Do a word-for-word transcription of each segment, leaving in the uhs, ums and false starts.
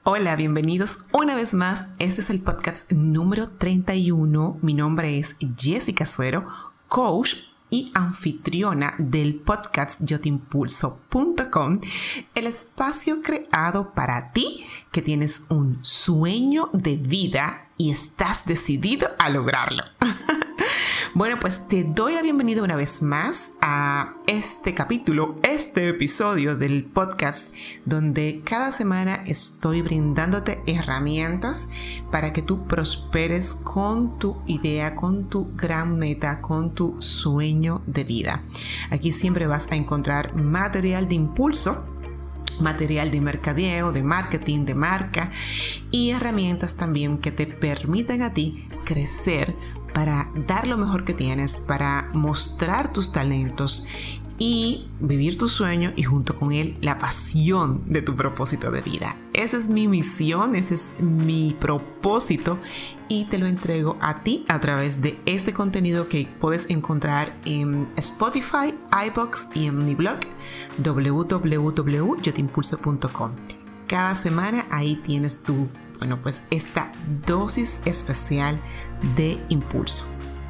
Hola, bienvenidos una vez más. Este es el podcast número treinta y uno. Mi nombre es Jessica Suero, coach y anfitriona del podcast yo te impulso punto com, el espacio creado para ti que tienes un sueño de vida y estás decidido a lograrlo. Bueno, pues te doy la bienvenida una vez más a este capítulo, este episodio del podcast, donde cada semana estoy brindándote herramientas para que tú prosperes con tu idea, con tu gran meta, con tu sueño de vida. Aquí siempre vas a encontrar material de impulso, material de mercadeo, de marketing, de marca y herramientas también que te permitan a ti crecer para dar lo mejor que tienes, para mostrar tus talentos y vivir tu sueño y junto con él la pasión de tu propósito de vida. Esa es mi misión, ese es mi propósito y te lo entrego a ti a través de este contenido que puedes encontrar en Spotify, iVoox y en mi blog doble u doble u doble u punto yo te impulso punto com. Cada semana ahí tienes tu Bueno, pues esta dosis especial de impulso.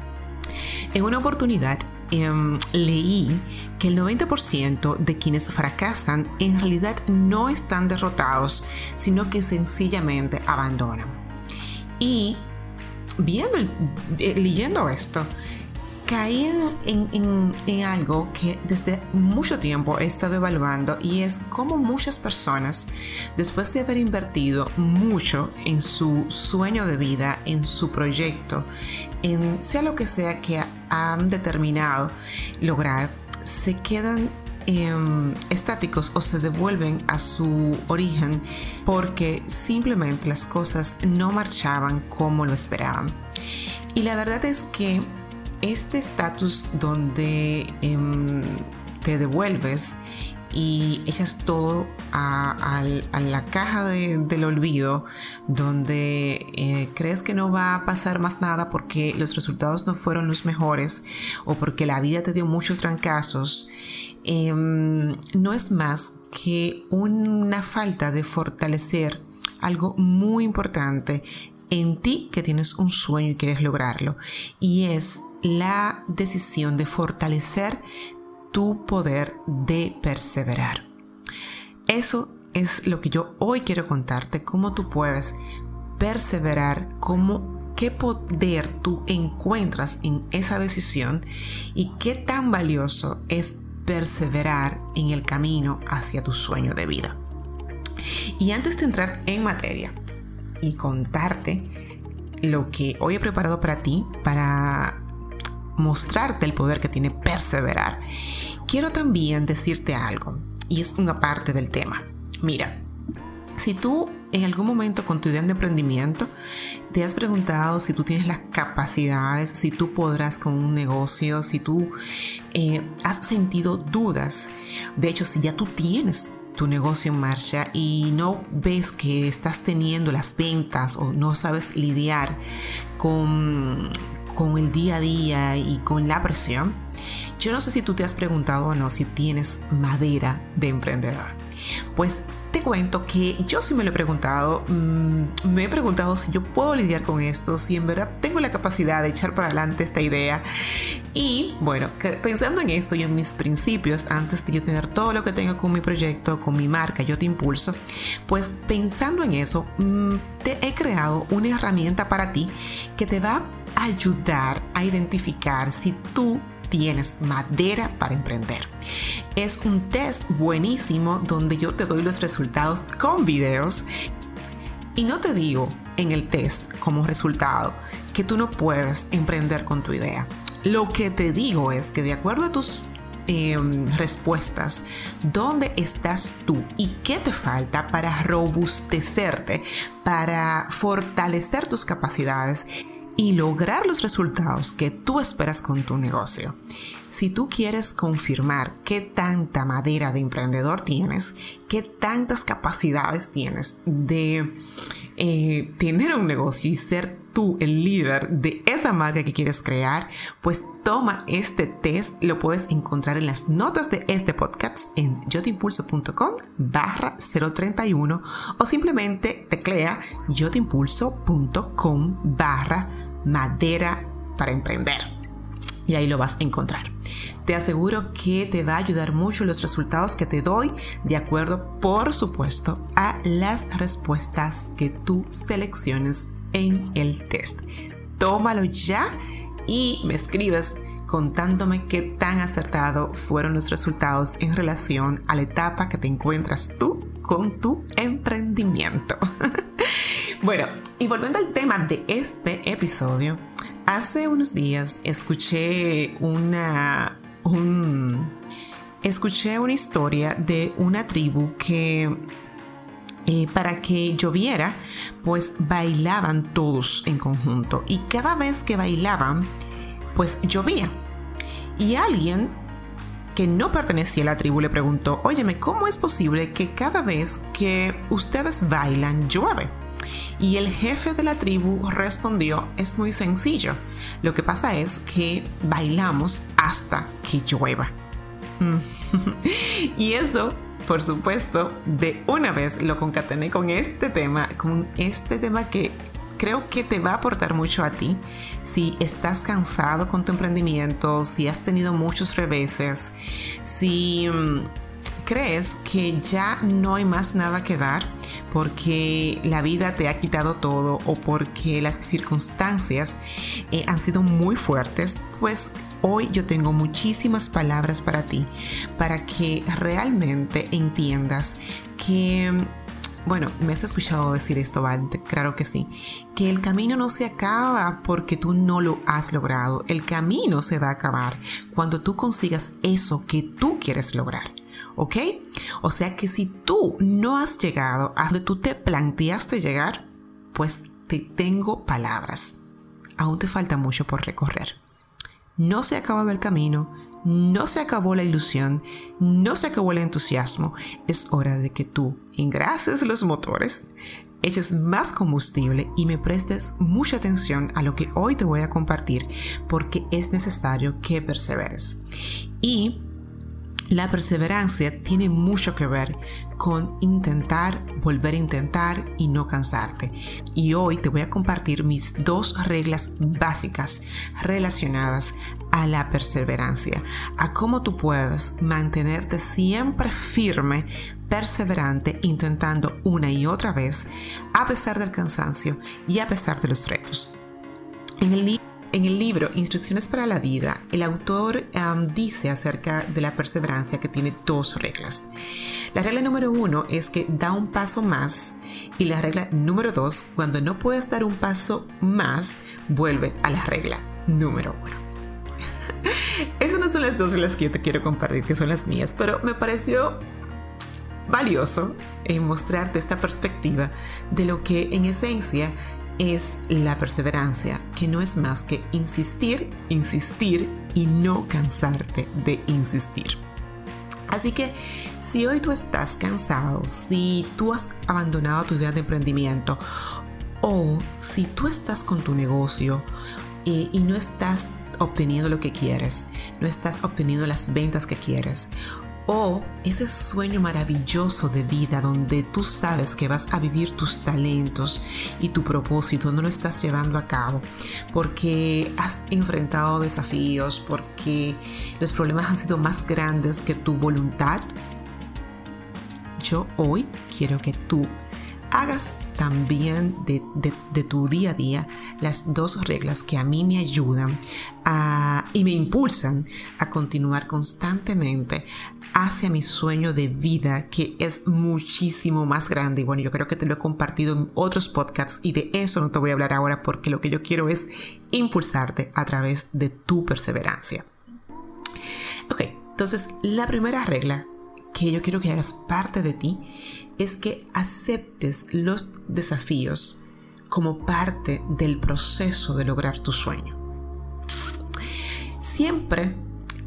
En una oportunidad eh, leí que el noventa por ciento de quienes fracasan en realidad no están derrotados, sino que sencillamente abandonan. Y viendo, eh, leyendo esto, caí en, en, en algo que desde mucho tiempo he estado evaluando y es cómo muchas personas, después de haber invertido mucho en su sueño de vida, en su proyecto, en sea lo que sea que han determinado lograr, se quedan eh, estáticos o se devuelven a su origen porque simplemente las cosas no marchaban como lo esperaban. Y la verdad es que este estatus donde eh, te devuelves y echas todo a, a, a la caja de, del olvido, donde eh, crees que no va a pasar más nada porque los resultados no fueron los mejores o porque la vida te dio muchos trancazos, eh, no es más que una falta de fortalecer algo muy importante en ti que tienes un sueño y quieres lograrlo, y es la decisión de fortalecer tu poder de perseverar. Eso es lo que yo hoy quiero contarte, cómo tú puedes perseverar, cómo, qué poder tú encuentras en esa decisión y qué tan valioso es perseverar en el camino hacia tu sueño de vida. Y antes de entrar en materia y contarte lo que hoy he preparado para ti, para mostrarte el poder que tiene perseverar, quiero también decirte algo, y es una parte del tema. Mira, si tú en algún momento con tu idea de emprendimiento te has preguntado si tú tienes las capacidades, si tú podrás con un negocio, si tú eh, has sentido dudas, de hecho si ya tú tienes tu negocio en marcha y no ves que estás teniendo las ventas o no sabes lidiar con, con el día a día y con la presión, yo no sé si tú te has preguntado o no si tienes madera de emprendedor. Pues te cuento que yo sí me lo he preguntado, mmm, me he preguntado si yo puedo lidiar con esto, si en verdad tengo la capacidad de echar para adelante esta idea. Y bueno, pensando en esto y en mis principios, antes de yo tener todo lo que tengo con mi proyecto, con mi marca, Yo Te Impulso, pues pensando en eso, mmm, te he creado una herramienta para ti que te va a ayudar a identificar si tú tienes madera para emprender. Es un test buenísimo donde yo te doy los resultados con videos y no te digo en el test como resultado que tú no puedes emprender con tu idea. Lo que te digo es que de acuerdo a tus eh, respuestas, dónde estás tú y qué te falta para robustecerte, para fortalecer tus capacidades y lograr los resultados que tú esperas con tu negocio. si tú quieres confirmar qué tanta madera de emprendedor tienes, qué tantas capacidades tienes de eh, tener un negocio y ser tú el líder de esa marca que quieres crear, pues toma este test. Lo puedes encontrar en las notas de este podcast en yotimpulso.com barra 031 o simplemente teclea yotimpulso.com barra madera para emprender y ahí lo vas a encontrar. Te aseguro que te va a ayudar mucho los resultados que te doy, de acuerdo, por supuesto, a las respuestas que tú selecciones en el test. Tómalo ya y me escribes contándome qué tan acertado fueron los resultados en relación a la etapa que te encuentras tú con tu emprendimiento. Bueno, y volviendo al tema de este episodio, hace unos días escuché una, un, escuché una historia de una tribu que eh, para que lloviera, pues bailaban todos en conjunto y cada vez que bailaban, pues llovía. Y alguien que no pertenecía a la tribu le preguntó: óyeme, ¿cómo es posible que cada vez que ustedes bailan llueve? Y el jefe de la tribu respondió: es muy sencillo. Lo que pasa es que bailamos hasta que llueva. Y eso, por supuesto, de una vez lo concatené con este tema, con este tema que creo que te va a aportar mucho a ti. Si estás cansado con tu emprendimiento, si has tenido muchos reveses, si crees que ya no hay más nada que dar porque la vida te ha quitado todo o porque las circunstancias eh, han sido muy fuertes, pues hoy yo tengo muchísimas palabras para ti, para que realmente entiendas que, bueno, me has escuchado decir esto, ¿vale? Claro que sí, que el camino no se acaba porque tú no lo has logrado. El camino se va a acabar cuando tú consigas eso que tú quieres lograr. ¿Ok? O sea que si tú no has llegado a donde tú te planteaste llegar, pues te tengo palabras. Aún te falta mucho por recorrer. No se ha acabado el camino, no se acabó la ilusión, no se acabó el entusiasmo. Es hora de que tú engrases los motores, eches más combustible y me prestes mucha atención a lo que hoy te voy a compartir, porque es necesario que perseveres. Y la perseverancia tiene mucho que ver con intentar, volver a intentar y no cansarte. Y hoy te voy a compartir mis dos reglas básicas relacionadas a la perseverancia, a cómo tú puedes mantenerte siempre firme, perseverante, intentando una y otra vez, a pesar del cansancio y a pesar de los retos. En el libro En el libro Instrucciones para la Vida, el autor um, dice acerca de la perseverancia que tiene dos reglas. La regla número uno es que da un paso más, y la regla número dos, cuando no puedes dar un paso más, vuelve a la regla número uno. Esas no son las dos reglas que yo te quiero compartir, que son las mías, pero me pareció valioso en mostrarte esta perspectiva de lo que en esencia es la perseverancia, que no es más que insistir, insistir y no cansarte de insistir. Así que si hoy tú estás cansado, si tú has abandonado tu idea de emprendimiento o si tú estás con tu negocio eh, y no estás obteniendo lo que quieres, no estás obteniendo las ventas que quieres, o ese sueño maravilloso de vida donde tú sabes que vas a vivir tus talentos y tu propósito, no lo estás llevando a cabo porque has enfrentado desafíos, porque los problemas han sido más grandes que tu voluntad, yo hoy quiero que tú hagas también de, de, de tu día a día las dos reglas que a mí me ayudan a, y me impulsan a continuar constantemente hacia mi sueño de vida, que es muchísimo más grande. Y bueno, yo creo que te lo he compartido en otros podcasts y de eso no te voy a hablar ahora, porque lo que yo quiero es impulsarte a través de tu perseverancia. Ok, entonces la primera regla que yo quiero que hagas parte de ti es que aceptes los desafíos como parte del proceso de lograr tu sueño. Siempre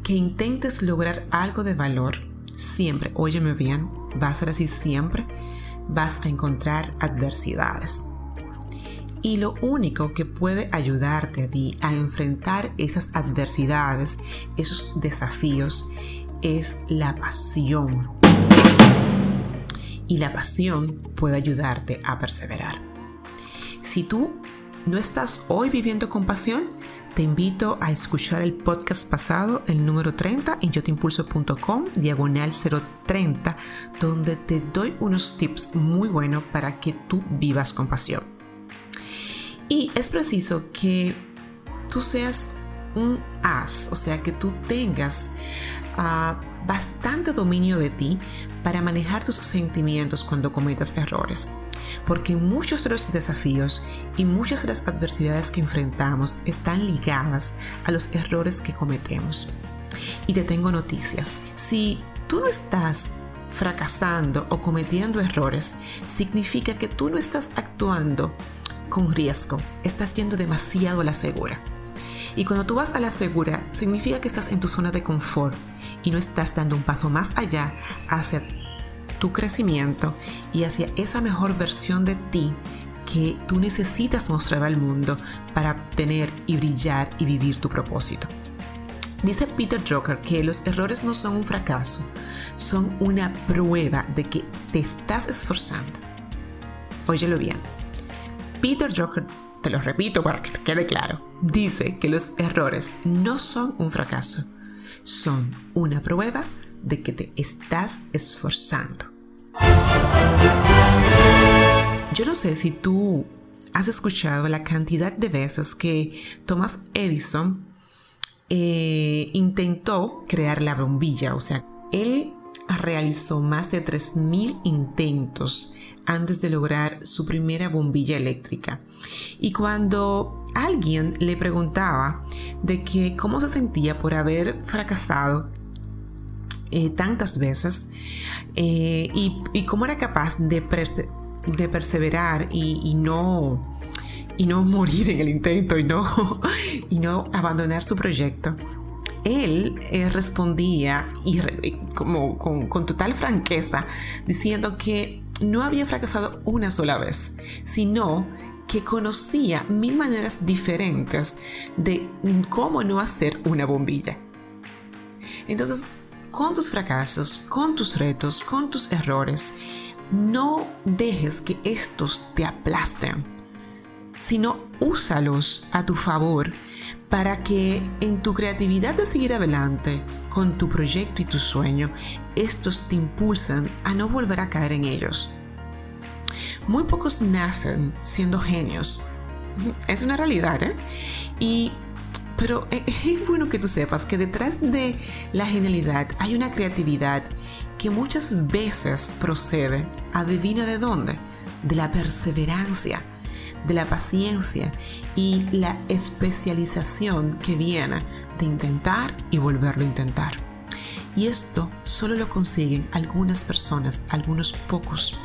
que intentes lograr algo de valor, siempre, óyeme bien, va a ser así siempre, vas a encontrar adversidades. Y lo único que puede ayudarte a ti a enfrentar esas adversidades, esos desafíos, es la pasión. Y la pasión puede ayudarte a perseverar. Si tú no estás hoy viviendo con pasión, te invito a escuchar el podcast pasado, el número treinta, en yo te impulso punto com, diagonal cero treinta, donde te doy unos tips muy buenos para que tú vivas con pasión. Y es preciso que tú seas un as, o sea, que tú tengas uh, bastante dominio de ti para manejar tus sentimientos cuando cometas errores. Porque muchos de los desafíos y muchas de las adversidades que enfrentamos están ligadas a los errores que cometemos. Y te tengo noticias. Si tú no estás fracasando o cometiendo errores, significa que tú no estás actuando con riesgo. Estás yendo demasiado a la segura. Y cuando tú vas a la segura, significa que estás en tu zona de confort y no estás dando un paso más allá hacia tu crecimiento y hacia esa mejor versión de ti que tú necesitas mostrar al mundo para obtener y brillar y vivir tu propósito. Dice Peter Drucker que los errores no son un fracaso, son una prueba de que te estás esforzando. Óyelo bien. Peter Drucker, te lo repito para que te quede claro, dice que los errores no son un fracaso, son una prueba de que te estás esforzando. Yo no sé si tú has escuchado la cantidad de veces que Thomas Edison eh, intentó crear la bombilla. O sea, él realizó más de tres mil intentos antes de lograr su primera bombilla eléctrica. Y cuando alguien le preguntaba de que cómo se sentía por haber fracasado Eh, tantas veces eh, y, y cómo era capaz de, perse- de perseverar y, y, no, y no morir en el intento y no, y no abandonar su proyecto, él eh, respondía y re- como, con, con total franqueza diciendo que no había fracasado una sola vez, sino que conocía mil maneras diferentes de cómo no hacer una bombilla. Entonces, con tus fracasos, con tus retos, con tus errores, no dejes que estos te aplasten, sino úsalos a tu favor para que en tu creatividad de seguir adelante con tu proyecto y tu sueño, estos te impulsan a no volver a caer en ellos. Muy pocos nacen siendo genios. Es una realidad, ¿eh? Y Pero es bueno que tú sepas que detrás de la genialidad hay una creatividad que muchas veces procede, adivina de dónde, de la perseverancia, de la paciencia y la especialización que viene de intentar y volverlo a intentar. Y esto solo lo consiguen algunas personas, algunos pocos.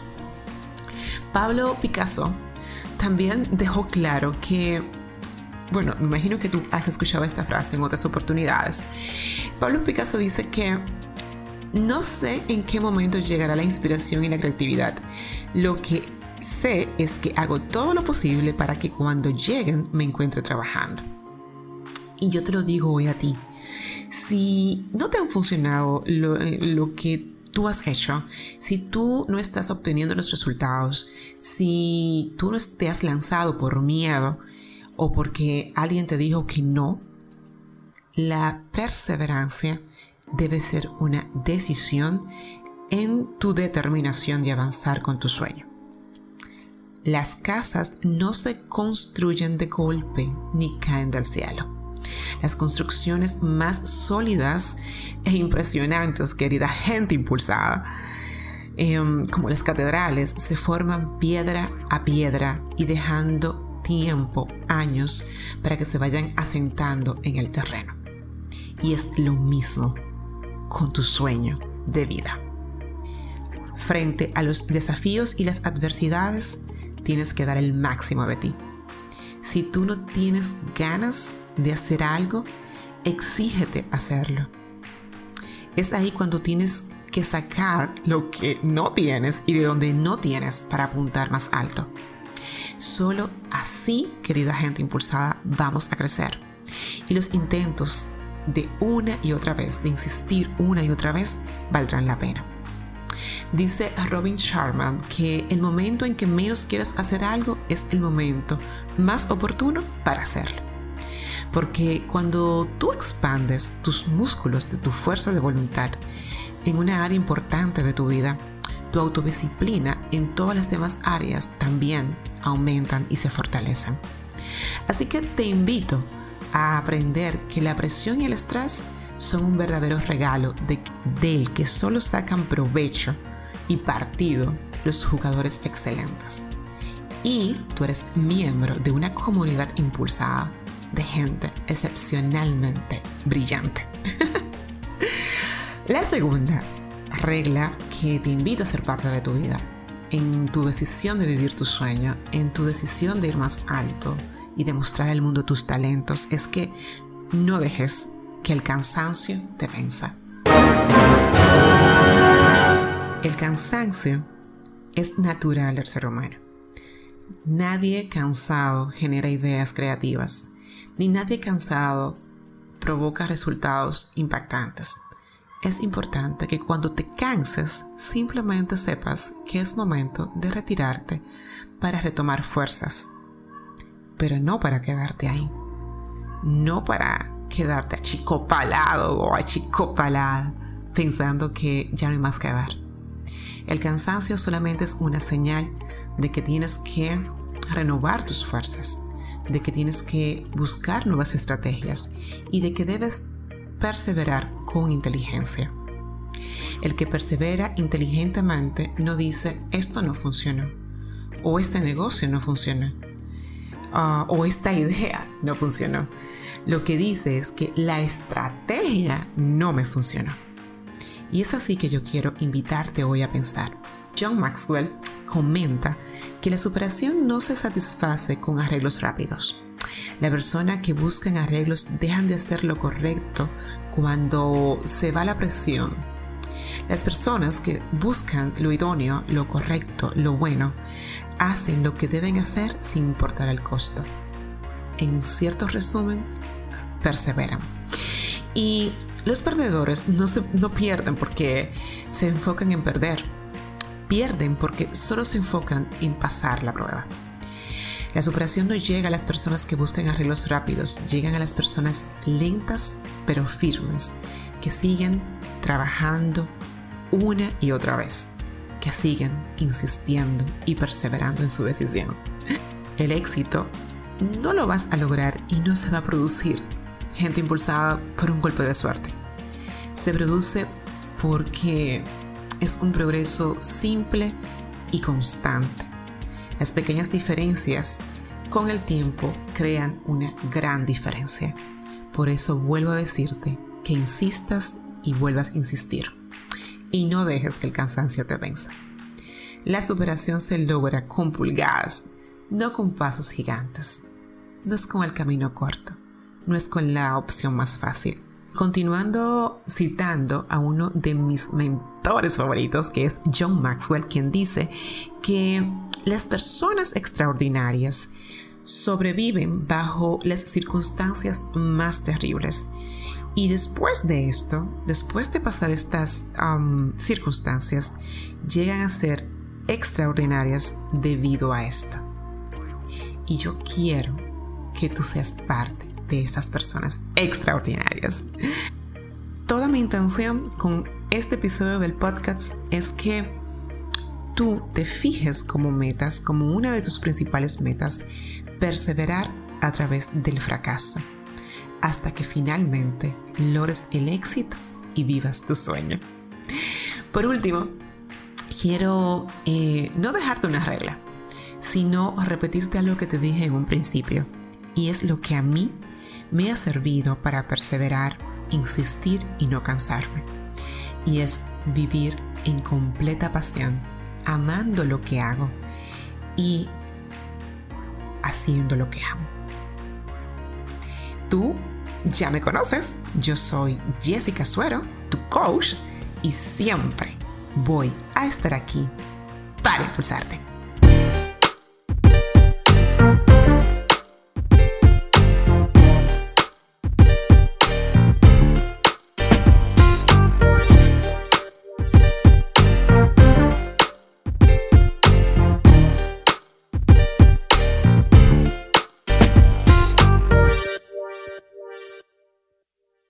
Pablo Picasso también dejó claro que, bueno, me imagino que tú has escuchado esta frase en otras oportunidades. Pablo Picasso dice que no sé en qué momento llegará la inspiración y la creatividad. Lo que sé es que hago todo lo posible para que cuando lleguen me encuentre trabajando. Y yo te lo digo hoy a ti. Si no te han funcionado lo, lo que tú has hecho, si tú no estás obteniendo los resultados, si tú no te has lanzado por miedo, o porque alguien te dijo que no, la perseverancia debe ser una decisión en tu determinación de avanzar con tu sueño. Las casas no se construyen de golpe ni caen del cielo. Las construcciones más sólidas e impresionantes, querida gente impulsada, eh, como las catedrales, se forman piedra a piedra y dejando tiempo, años, para que se vayan asentando en el terreno. Y es lo mismo con tu sueño de vida. Frente a los desafíos y las adversidades, tienes que dar el máximo de ti. Si tú no tienes ganas de hacer algo, exígete hacerlo. Es ahí cuando tienes que sacar lo que no tienes y de donde no tienes para apuntar más alto. Solo así, querida gente impulsada, vamos a crecer. Y los intentos de una y otra vez, de insistir una y otra vez, valdrán la pena. Dice Robin Sharma que el momento en que menos quieres hacer algo es el momento más oportuno para hacerlo. Porque cuando tú expandes tus músculos de tu fuerza de voluntad en una área importante de tu vida, tu autodisciplina en todas las demás áreas también aumentan y se fortalecen. Así que te invito a aprender que la presión y el estrés son un verdadero regalo de, del que solo sacan provecho y partido los jugadores excelentes. Y tú eres miembro de una comunidad impulsada de gente excepcionalmente brillante. La segunda regla que te invito a ser parte de tu vida, en tu decisión de vivir tu sueño, en tu decisión de ir más alto y demostrar al mundo tus talentos, es que no dejes que el cansancio te venza. El cansancio es natural del ser humano. Nadie cansado genera ideas creativas, ni nadie cansado provoca resultados impactantes. Es importante que cuando te canses, simplemente sepas que es momento de retirarte para retomar fuerzas, pero no para quedarte ahí, no para quedarte achicopalado o achicopalada pensando que ya no hay más que dar. El cansancio solamente es una señal de que tienes que renovar tus fuerzas, de que tienes que buscar nuevas estrategias y de que debes perseverar con inteligencia. El que persevera inteligentemente no dice esto no funcionó, o este negocio no funcionó, uh, o esta idea no funcionó. Lo que dice es que la estrategia no me funcionó. Y es así que yo quiero invitarte hoy a pensar. John Maxwell comenta que la superación no se satisface con arreglos rápidos. La persona que busca arreglos dejan de hacer lo correcto cuando se va la presión. Las personas que buscan lo idóneo, lo correcto, lo bueno, hacen lo que deben hacer sin importar el costo. En cierto resumen, perseveran. Y los perdedores no, se, no pierden porque se enfocan en perder. Pierden porque solo se enfocan en pasar la prueba. La superación no llega a las personas que buscan arreglos rápidos, llegan a las personas lentas pero firmes, que siguen trabajando una y otra vez, que siguen insistiendo y perseverando en su decisión. El éxito no lo vas a lograr y no se va a producir, gente impulsada por un golpe de suerte. Se produce porque es un progreso simple y constante. Las pequeñas diferencias con el tiempo crean una gran diferencia. Por eso vuelvo a decirte que insistas y vuelvas a insistir. Y no dejes que el cansancio te venza. La superación se logra con pulgadas, no con pasos gigantes. No es con el camino corto, no es con la opción más fácil. Continuando citando a uno de mis mentores favoritos, que es John Maxwell, quien dice que las personas extraordinarias sobreviven bajo las circunstancias más terribles. Y después de esto, después de pasar estas um, circunstancias, llegan a ser extraordinarias debido a esto. Y yo quiero que tú seas parte de estas personas extraordinarias. Toda mi intención con este episodio del podcast es que tú te fijes como metas, como una de tus principales metas, perseverar a través del fracaso, hasta que finalmente logres el éxito y vivas tu sueño. Por último, quiero eh, no dejarte una regla, sino repetirte algo que te dije en un principio, y es lo que a mí me ha servido para perseverar, insistir y no cansarme. Y es vivir en completa pasión, amando lo que hago y haciendo lo que amo. Tú Ya me conoces, yo soy Jessica Suero, tu coach, y siempre voy a estar aquí para impulsarte.